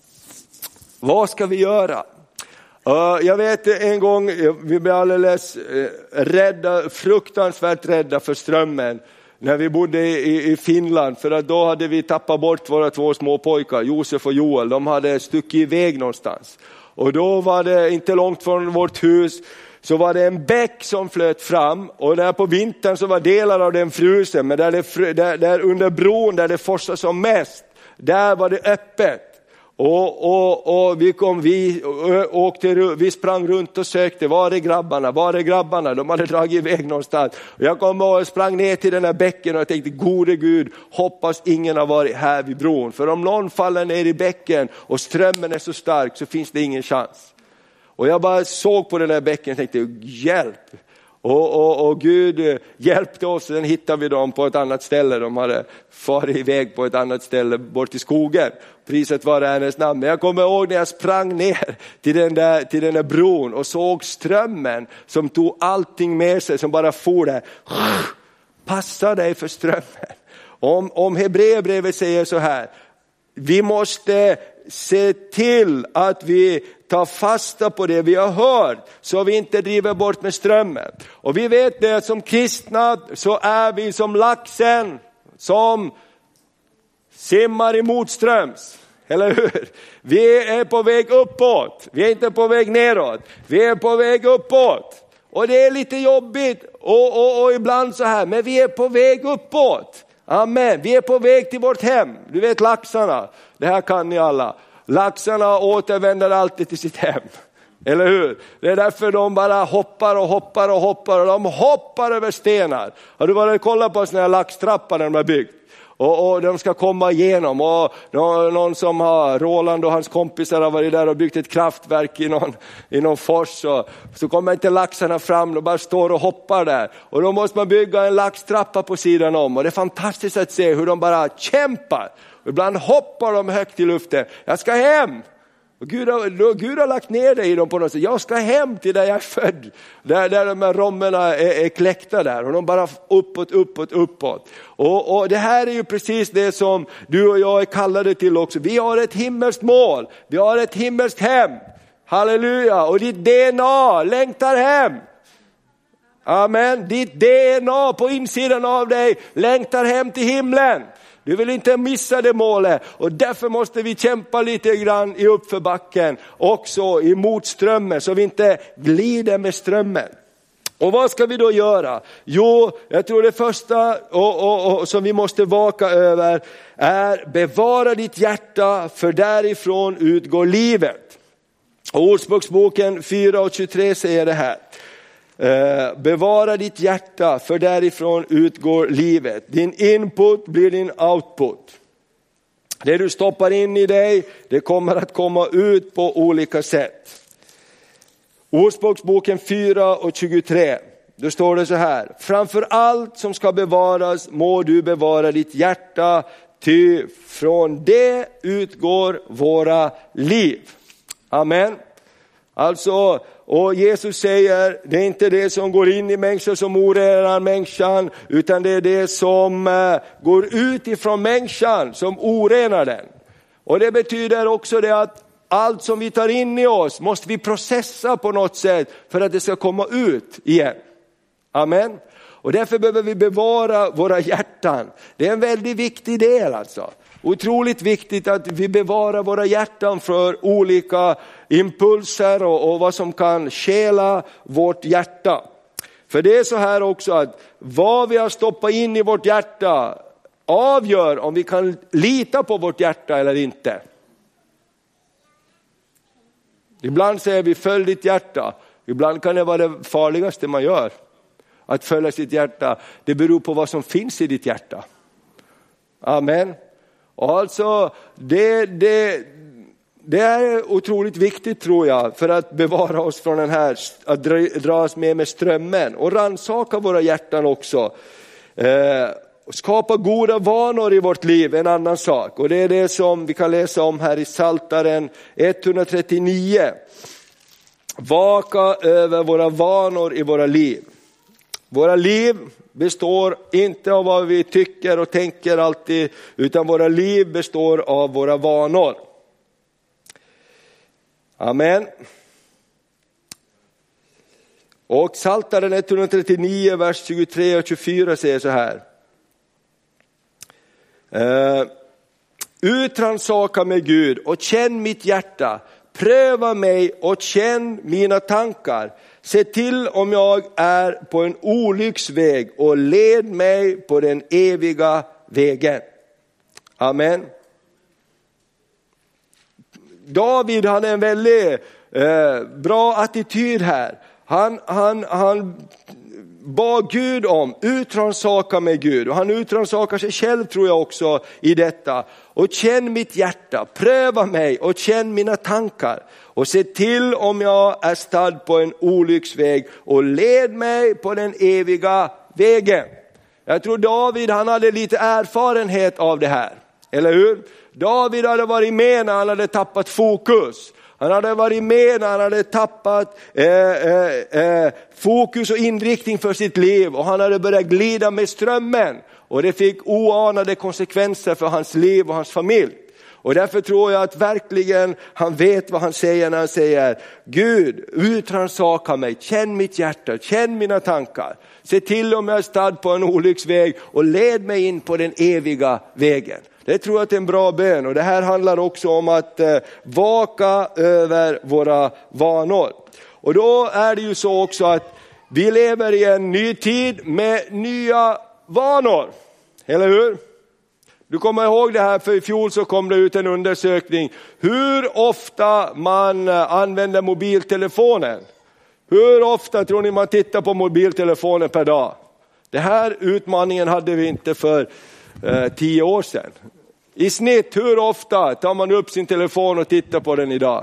Speaker 1: Vad ska vi göra? Uh, jag vet en gång, vi blev alldeles uh, rädda, fruktansvärt rädda för strömmen. När vi bodde i, i Finland, för att då hade vi tappat bort våra två små pojkar, Josef och Joel. De hade stuckit iväg någonstans. Och då var det inte långt från vårt hus, så var det en bäck som flöt fram. Och där på vintern så var delar av den frusen, men där, det, där, där under bron där det forsade som mest, där var det öppet. Och, och, och vi kom, vi åkte, vi sprang runt och sökte, var är grabbarna, var är grabbarna? De hade dragit iväg någonstans. Och jag kom och sprang ner till den här bäcken och jag tänkte, gode Gud, hoppas ingen har varit här vid bron. För om någon faller ner i bäcken och strömmen är så stark så finns det ingen chans. Och jag bara såg på den här bäcken och tänkte, hjälp. Och, och, och Gud hjälpte oss, sen hittade vi dem på ett annat ställe. De hade farit iväg på ett annat ställe bort i skogen. Priset var hennes namn. Men jag kommer ihåg när jag sprang ner till den, där, till den där bron och såg strömmen som tog allting med sig, som bara for där. Passa dig för strömmen. Om, om Hebreerbrevet säger så här, vi måste se till att vi tar fasta på det vi har hört, så vi inte driver bort med strömmen. Och vi vet det, som kristna så är vi som laxen som simmar i motströms. Eller hur? Vi är på väg uppåt. Vi är inte på väg neråt. Vi är på väg uppåt. Och det är lite jobbigt och, och, och ibland så här, men vi är på väg uppåt. Amen. Vi är på väg till vårt hem. Du vet laxarna. Det här kan ni alla. Laxarna återvänder alltid till sitt hem. Eller hur? Det är därför de bara hoppar och hoppar och hoppar. Och de hoppar över stenar. Har du varit och kollat på sådana här laxtrappar när de har byggt? Och, och de ska komma igenom. Och någon, någon som har, Roland och hans kompisar har varit där och byggt ett kraftverk i någon, i någon fors. Och så kommer inte laxarna fram, de bara står och hoppar där. Och då måste man bygga en laxtrappa på sidan om. Och det är fantastiskt att se hur de bara kämpar. Och ibland hoppar de högt i luften. Jag ska hem! Och Gud har, Gud har lagt ner dig i dem på något sätt. Jag ska hem till där jag är född. Där, där de här romerna är, är kläckta där. Och de bara uppåt, uppåt, uppåt. Och, och det här är ju precis det som du och jag är kallade till också. Vi har ett himmelskt mål. Vi har ett himmelskt hem. Halleluja. Och ditt D N A längtar hem. Amen. Ditt D N A på insidan av dig längtar hem till himlen. Du vill inte missa det målet. Och därför måste vi kämpa lite grann i uppförbacken. Också i motströmmen så vi inte glider med strömmen. Och vad ska vi då göra? Jo, jag tror det första och, och, och, som vi måste vaka över är bevara ditt hjärta, för därifrån utgår livet. Och Ordspråksboken fyra och tjugotre säger det här. Eh, bevara ditt hjärta, för därifrån utgår livet. Din input blir din output. Det du stoppar in i dig, det kommer att komma ut på olika sätt. Ordspråksboken fyra och tjugotre. Då står det så här. Framför allt som ska bevaras må du bevara ditt hjärta, ty från det utgår våra liv. Amen. Alltså, och Jesus säger, det är inte det som går in i människan som orenar människan, utan det är det som uh, går ut ifrån människan som orenar den. Och det betyder också det att allt som vi tar in i oss måste vi processa på något sätt för att det ska komma ut igen. Amen. Och därför behöver vi bevara våra hjärtan. Det är en väldigt viktig del alltså. Otroligt viktigt att vi bevarar våra hjärtan för olika impulser och, och vad som kan stjäla vårt hjärta. För det är så här också att vad vi har stoppat in i vårt hjärta avgör om vi kan lita på vårt hjärta eller inte. Ibland säger vi följ ditt hjärta. Ibland kan det vara det farligaste man gör. Att följa sitt hjärta. Det beror på vad som finns i ditt hjärta. Amen. Och alltså det, det, det är otroligt viktigt tror jag. För att bevara oss från den här. Att dra, dras med med strömmen. Och rannsaka våra hjärtan också. Eh, skapa goda vanor i vårt liv, en annan sak. Och det är det som vi kan läsa om här i Psaltaren etthundratrettionio. Vaka över våra vanor i våra liv. Våra liv består inte av vad vi tycker och tänker alltid, utan våra liv består av våra vanor. Amen. Och Psaltaren etthundratrettionio, vers tjugotre och tjugofyra säger så här. Uh, Utrannsaka med Gud och känn mitt hjärta. Pröva mig och känn mina tankar. Se till om jag är på en olycksväg och led mig på den eviga vägen. Amen. David han är en väldigt eh, bra attityd här. Han, han, han bad Gud om, utrannsaka med Gud. Och han utransakar sig själv tror jag också i detta. Och känn mitt hjärta, pröva mig och känn mina tankar. Och se till om jag är stad på en olycksväg och led mig på den eviga vägen. Jag tror David han hade lite erfarenhet av det här. Eller hur? David hade varit med när han hade tappat fokus. Han hade varit med när han hade tappat eh, eh, eh, fokus och inriktning för sitt liv. Och han hade börjat glida med strömmen. Och det fick oanade konsekvenser för hans liv och hans familj. Och därför tror jag att verkligen han vet vad han säger när han säger Gud, utrannsaka mig, känn mitt hjärta, känn mina tankar. Se till om jag är stad på en olycksväg och led mig in på den eviga vägen. Det tror jag att det är en bra bön, och det här handlar också om att eh, vaka över våra vanor. Och då är det ju så också att vi lever i en ny tid med nya vanor, eller hur? Du kommer ihåg det här, för i fjol så kom det ut en undersökning hur ofta man använder mobiltelefonen. Hur ofta tror ni man tittar på mobiltelefonen per dag? Det här utmaningen hade vi inte för eh, tio år sedan. I snitt, hur ofta tar man upp sin telefon och tittar på den idag?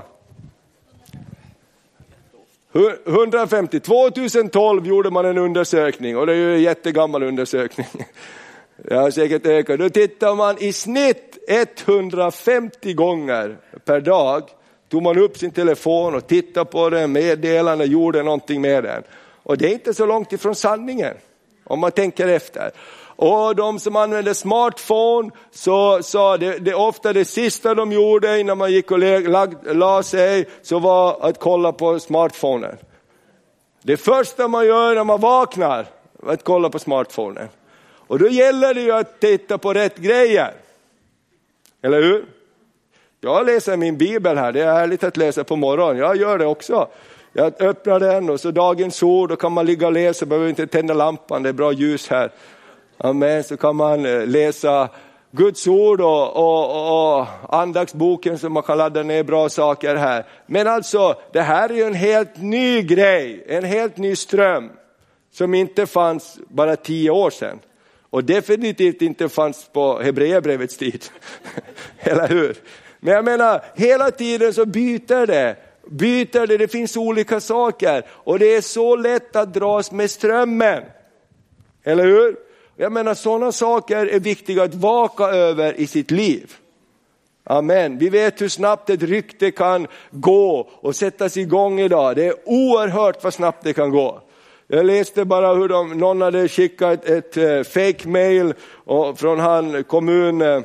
Speaker 1: hundrafemtio. tjugohundratolv gjorde man en undersökning, och det är ju en jättegammal undersökning. Jag har säkert ökat. Då tittar man i snitt etthundrafemtio gånger per dag. Tog man upp sin telefon och tittade på den, meddelande, gjorde någonting med den. Och det är inte så långt ifrån sanningen, om man tänker efter. Och de som använde smartphone, så sa det, det ofta det sista de gjorde innan man gick och la, la sig, så var att kolla på smartphonen. Det första man gör när man vaknar är att kolla på smartphonen. Och då gäller det ju att titta på rätt grejer. Eller hur? Jag läser min bibel här. Det är härligt att läsa på morgonen. Jag gör det också. Jag öppnar den och så dagens ord. Då kan man ligga och läsa. Behöver inte tända lampan. Det är bra ljus här. Amen. Så kan man läsa Guds ord och, och, och andagsboken som man kan ladda ner bra saker här. Men alltså, det här är ju en helt ny grej. En helt ny ström. Som inte fanns bara tio år sedan. Och definitivt inte fanns på Hebreerbrevets tid. Eller hur? Men jag menar, hela tiden så byter det. Byter det, det finns olika saker. Och det är så lätt att dras med strömmen. Eller hur? Jag menar, sådana saker är viktiga att vaka över i sitt liv. Amen. Vi vet hur snabbt ett rykte kan gå och sättas igång idag. Det är oerhört vad snabbt det kan gå. Jag läste bara hur de, någon hade skickat ett, ett uh, fake mail och, från han kommun, uh,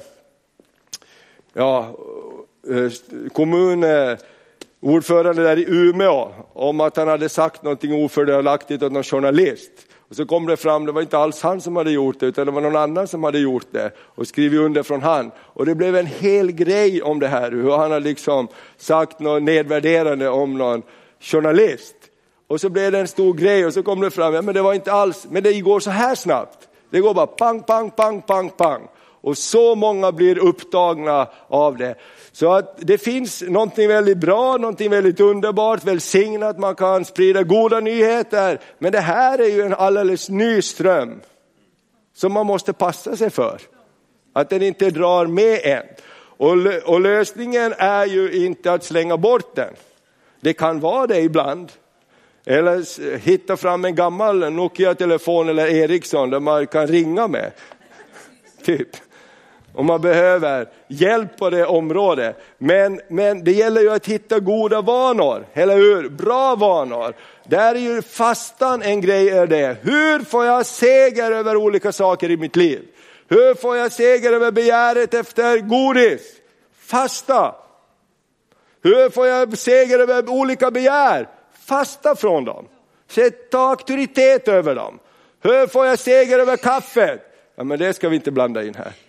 Speaker 1: ja, uh, kommun uh, ordförande där i Umeå om att han hade sagt någonting ofördelaktigt åt någon journalist. Och så kom det fram, det var inte alls han som hade gjort det utan det var någon annan som hade gjort det och skrivit under från han. Och det blev en hel grej om det här, hur han hade liksom sagt något nedvärderande om någon journalist. Och så blev det en stor grej och så kom det fram, ja men det var inte alls, men det går så här snabbt. Det går bara pang, pang, pang, pang, pang. Och så många blir upptagna av det. Så att det finns någonting väldigt bra, någonting väldigt underbart, välsignat. Man kan sprida goda nyheter. Men det här är ju en alldeles ny ström. Som man måste passa sig för. Att den inte drar med en. Och, och lösningen är ju inte att slänga bort den. Det kan vara det ibland. Eller hitta fram en gammal Nokia-telefon eller Ericsson där man kan ringa med. Typ. Om man behöver hjälp på det området. Men, men det gäller ju att hitta goda vanor. Eller hur? Bra vanor. Där är ju fastan en grej är det. Hur får jag seger över olika saker i mitt liv? Hur får jag seger över begäret efter godis? Fasta. Hur får jag seger över olika begär? Fasta från dem. Ta auktoritet över dem. Hur får jag seger över kaffet? Ja, men det ska vi inte blanda in här.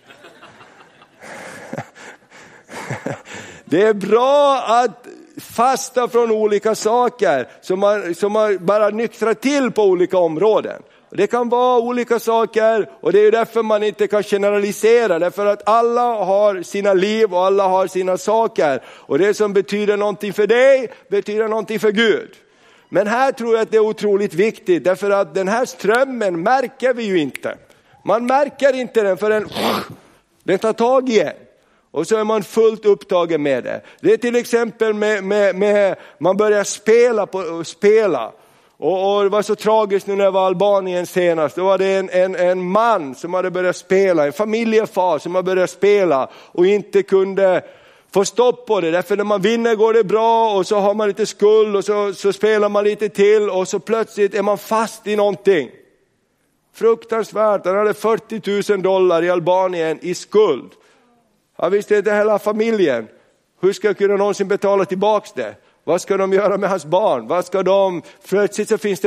Speaker 1: Det är bra att fasta från olika saker som man, som man bara nyktrar till på olika områden. Det kan vara olika saker och det är därför man inte kan generalisera. Därför att alla har sina liv och alla har sina saker. Och det som betyder någonting för dig betyder någonting för Gud. Men här tror jag att det är otroligt viktigt. Därför att den här strömmen märker vi ju inte. Man märker inte den förrän den tar tag i en. Och så är man fullt upptagen med det. Det är till exempel med, med, med man börjar spela på spela. Och, och det var så tragiskt nu när jag var i Albanien senast. Då var det en, en, en man som hade börjat spela. En familjefar som hade börjat spela. Och inte kunde få stopp på det. Därför när man vinner går det bra. Och så har man lite skuld. Och så, så spelar man lite till. Och så plötsligt är man fast i någonting. Fruktansvärt. Han hade fyrtio tusen dollar i Albanien i skuld. Ja, visst är det hela familjen. Hur ska jag kunna någonsin betala tillbaka det? Vad ska de göra med hans barn? Vad ska de... Plötsligt så finns det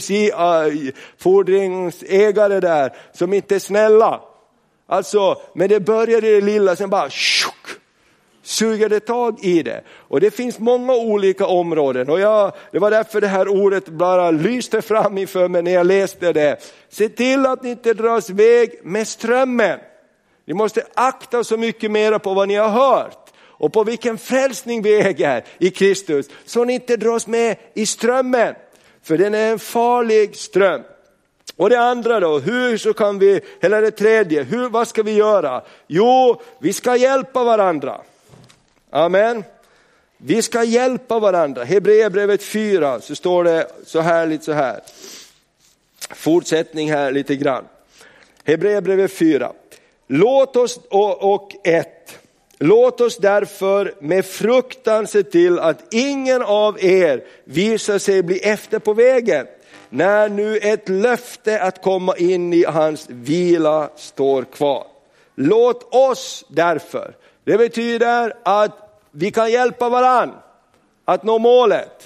Speaker 1: fordringsägare där som inte är snälla. Alltså, men det börjar i det lilla, sen bara tjock, suger det tag i det. Och det finns många olika områden. Och jag, det var därför det här ordet bara lyste fram inför mig när jag läste det. Se till att ni inte dras väg med strömmen. Ni måste akta så mycket mer på vad ni har hört. Och på vilken frälsning vi äger i Kristus. Så ni inte dras med i strömmen. För den är en farlig ström. Och det andra då. Hur så kan vi, eller det tredje. Hur, vad ska vi göra? Jo, vi ska hjälpa varandra. Amen. Vi ska hjälpa varandra. Hebreerbrevet fyra så står det så här lite så här. Fortsättning här lite grann. Hebreerbrevet fyra. Låt oss och, och ett. Låt oss därför med fruktan se till att ingen av er visar sig bli efter på vägen. När nu ett löfte att komma in i hans vila står kvar. Låt oss därför. Det betyder att vi kan hjälpa varann att nå målet.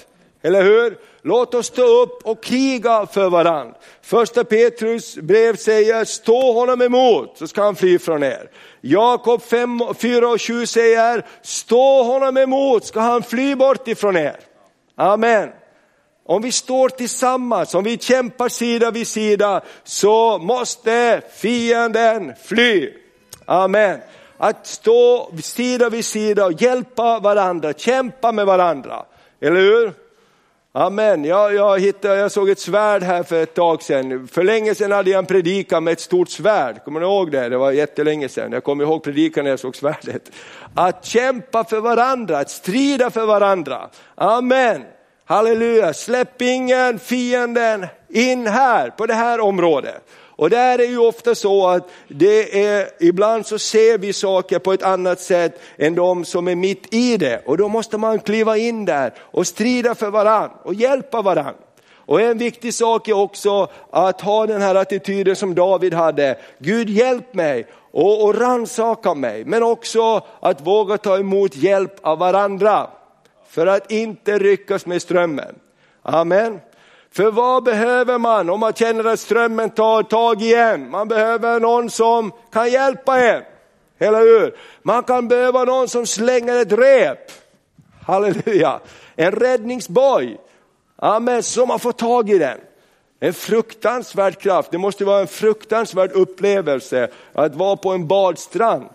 Speaker 1: Eller hur? Låt oss stå upp och kriga för varandra. Första Petrus brev säger, stå honom emot så ska han fly från er. Jakob fem, fyra och sju säger, stå honom emot ska han fly bort ifrån er. Amen. Om vi står tillsammans, om vi kämpar sida vid sida, så måste fienden fly. Amen. Att stå sida vid sida och hjälpa varandra, kämpa med varandra. Eller hur? Amen. Jag, jag, hittade, jag såg ett svärd här för ett tag sedan. För länge sedan hade jag en predikan med ett stort svärd. Kommer ni ihåg det? Det var jättelänge sedan. Jag kommer ihåg predikan när jag såg svärdet. Att kämpa för varandra, att strida för varandra. Amen. Halleluja. Släpp ingen fienden in här på det här området. Och där är ju ofta så att det är, ibland så ser vi saker på ett annat sätt än de som är mitt i det. Och då måste man kliva in där och strida för varann och hjälpa varann. Och en viktig sak är också att ha den här attityden som David hade. Gud hjälp mig och, och rannsaka mig. Men också att våga ta emot hjälp av varandra. För att inte ryckas med strömmen. Amen. För vad behöver man om man känner att strömmen tar tag igen? Man behöver någon som kan hjälpa en. Eller hur? Man kan behöva någon som slänger ett rep. Halleluja. En räddningsboj. Amen. Så man får tag i den. En fruktansvärd kraft. Det måste vara en fruktansvärd upplevelse att vara på en badstrand.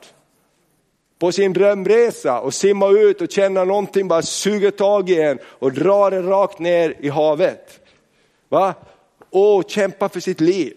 Speaker 1: På sin drömresa och simma ut och känna någonting bara suger tag i en och drar det rakt ner i havet. Va? Och kämpa för sitt liv.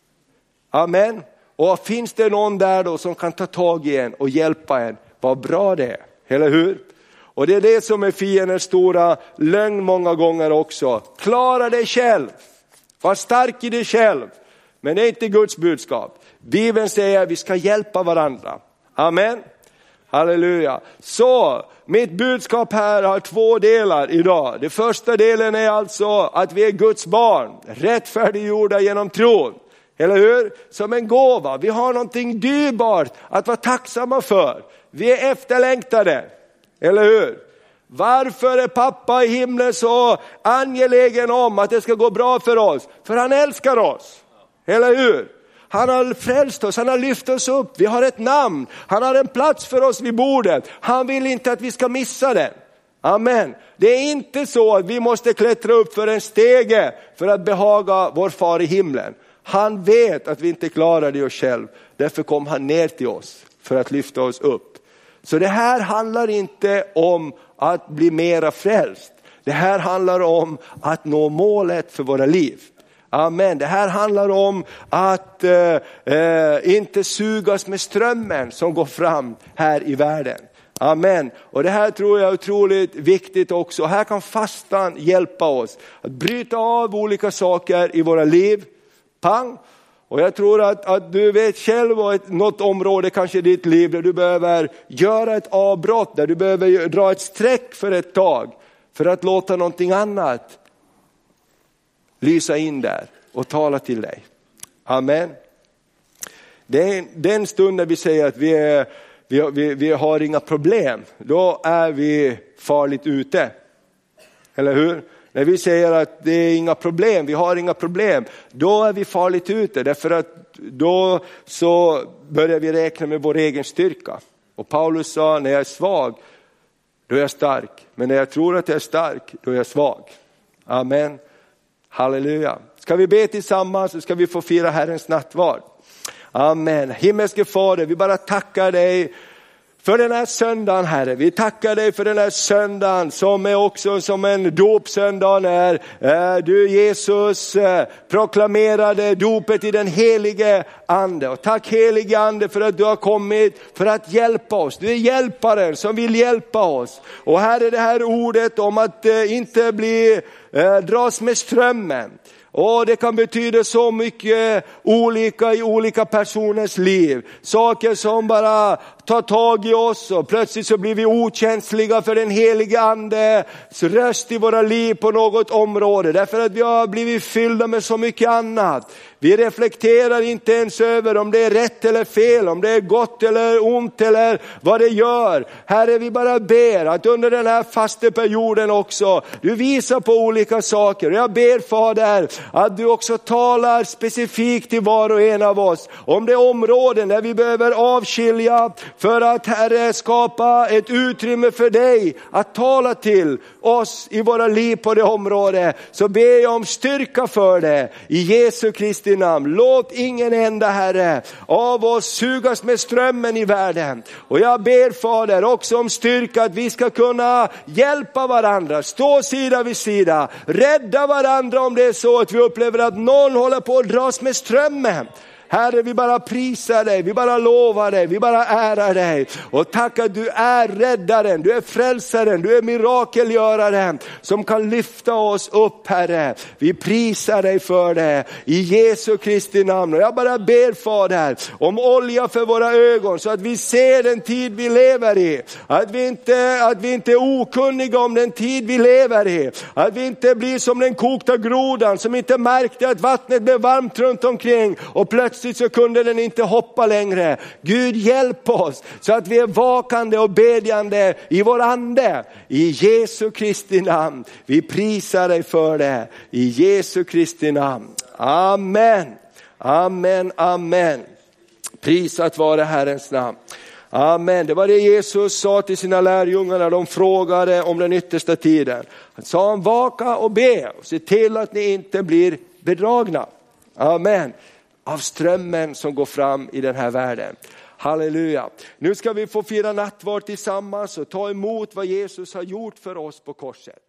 Speaker 1: Amen. Och finns det någon där då som kan ta tag i en och hjälpa en, vad bra det är. Eller hur? Och det är det som är fiendens stora lögn många gånger också. Klara dig själv. Var stark i dig själv. Men det är inte Guds budskap. Bibeln säger att vi ska hjälpa varandra. Amen. Halleluja. Så mitt budskap här har två delar idag. Det första delen är alltså att vi är Guds barn. Rättfärdiggjorda genom tron. Eller hur? Som en gåva. Vi har någonting dyrbart att vara tacksamma för. Vi är efterlängtade. Eller hur? Varför är pappa i himlen så angelägen om att det ska gå bra för oss? För han älskar oss. Eller hur? Han har frälst oss, han har lyft oss upp. Vi har ett namn, han har en plats för oss vid bordet. Han vill inte att vi ska missa den. Amen. Det är inte så att vi måste klättra upp för en stege för att behaga vår far i himlen. Han vet att vi inte klarar det oss själv. Därför kom han ner till oss för att lyfta oss upp. Så det här handlar inte om att bli mera frälst. Det här handlar om att nå målet för våra liv. Amen. Det här handlar om att eh, eh, inte sugas med strömmen som går fram här i världen. Amen. Och det här tror jag är otroligt viktigt också. Här kan fastan hjälpa oss att bryta av olika saker i våra liv. Pang. Och jag tror att, att du vet själv och ett, något område kanske i ditt liv där du behöver göra ett avbrott. Där du behöver dra ett streck för ett tag. För att låta någonting annat lysa in där och tala till dig. Amen. Den, den stunden vi säger att vi, är, vi, vi, vi har inga problem, då är vi farligt ute. Eller hur? När vi säger att det är inga problem, vi har inga problem, då är vi farligt ute. Därför att då så börjar vi räkna med vår egen styrka. Och Paulus sa, när jag är svag, då är jag stark. Men när jag tror att jag är stark, då är jag svag. Amen. Halleluja. Ska vi be tillsammans så ska vi få fira Herrens nattvard. Amen. Himmelske Fader, vi bara tackar dig för den här söndagen, Herre. Vi tackar dig för den här söndagen som är också som en dopsöndag när eh, du Jesus eh, proklamerade dopet i den helige ande. Och tack helige ande för att du har kommit för att hjälpa oss. Du är hjälparen som vill hjälpa oss. Och här är det här ordet om att eh, inte bli eh, dras med strömmen. Och det kan betyda så mycket olika i olika personers liv. Saker som bara tar tag i oss och plötsligt så blir vi okänsliga för den helige ande röst i våra liv på något område. Därför att vi har blivit fyllda med så mycket annat. Vi Vi reflekterar inte ens över om det är rätt eller fel, om det är gott eller ont eller vad det gör. Herre, vi bara ber att under den här fasteperioden också, du visar på olika saker. Jag ber Fader att du också talar specifikt till var och en av oss om det områden där vi behöver avskilja för att Herre skapa ett utrymme för dig att tala till oss i våra liv på det området. Så ber jag om styrka för det i Jesu Kristi namn. Låt ingen enda Herre av oss sugas med strömmen i världen. Och jag ber Fader också om styrka att vi ska kunna hjälpa varandra, stå sida vid sida, rädda varandra om det är så att vi upplever att någon håller på att dras med strömmen. Herre, vi bara prisar dig, vi bara lovar dig, vi bara ärar dig. Och tack att du är räddaren, du är frälsaren, du är mirakelgöraren som kan lyfta oss upp, Herre. Vi prisar dig för det i Jesu Kristi namn. Och jag bara ber Fader om olja för våra ögon så att vi ser den tid vi lever i. Att vi inte, att vi inte är okunniga om den tid vi lever i. Att vi inte blir som den kokta grodan som inte märkte att vattnet blev varmt runt omkring och plötsligt så kunde den inte hoppa längre. Gud, hjälp oss så att vi är vakande och bedjande i vår ande. I Jesu Kristi namn. Vi prisar dig för det. I Jesu Kristi namn. Amen. Amen. Amen. Prisat vare Herrens namn. Amen. Det var det Jesus sa till sina lärjungar när de frågade om den yttersta tiden. Han sa han, vaka och be och se till att ni inte blir bedragna. Amen. Av strömmen som går fram i den här världen. Halleluja. Nu ska vi få fira nattvard tillsammans och ta emot vad Jesus har gjort för oss på korset.